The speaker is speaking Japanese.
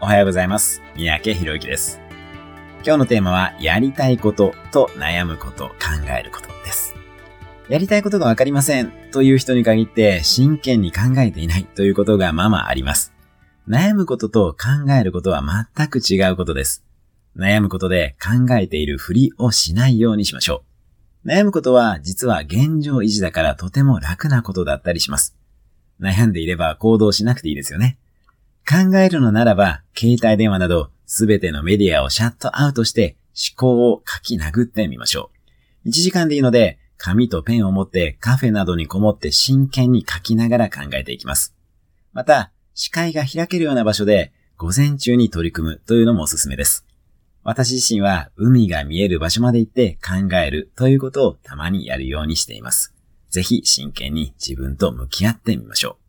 おはようございます。三宅宏之です。今日のテーマは、やりたいことと悩むこと、考えることです。やりたいことがわかりませんという人に限って真剣に考えていないということがままあります。悩むことと考えることは全く違うことです。悩むことで考えているふりをしないようにしましょう。悩むことは実は現状維持だからとても楽なことだったりします。悩んでいれば行動しなくていいですよね。考えるのならば、携帯電話などすべてのメディアをシャットアウトして思考を書き殴ってみましょう。1時間でいいので、紙とペンを持ってカフェなどにこもって真剣に書きながら考えていきます。また、視界が開けるような場所で午前中に取り組むというのもおすすめです。私自身は海が見える場所まで行って考えるということをたまにやるようにしています。ぜひ真剣に自分と向き合ってみましょう。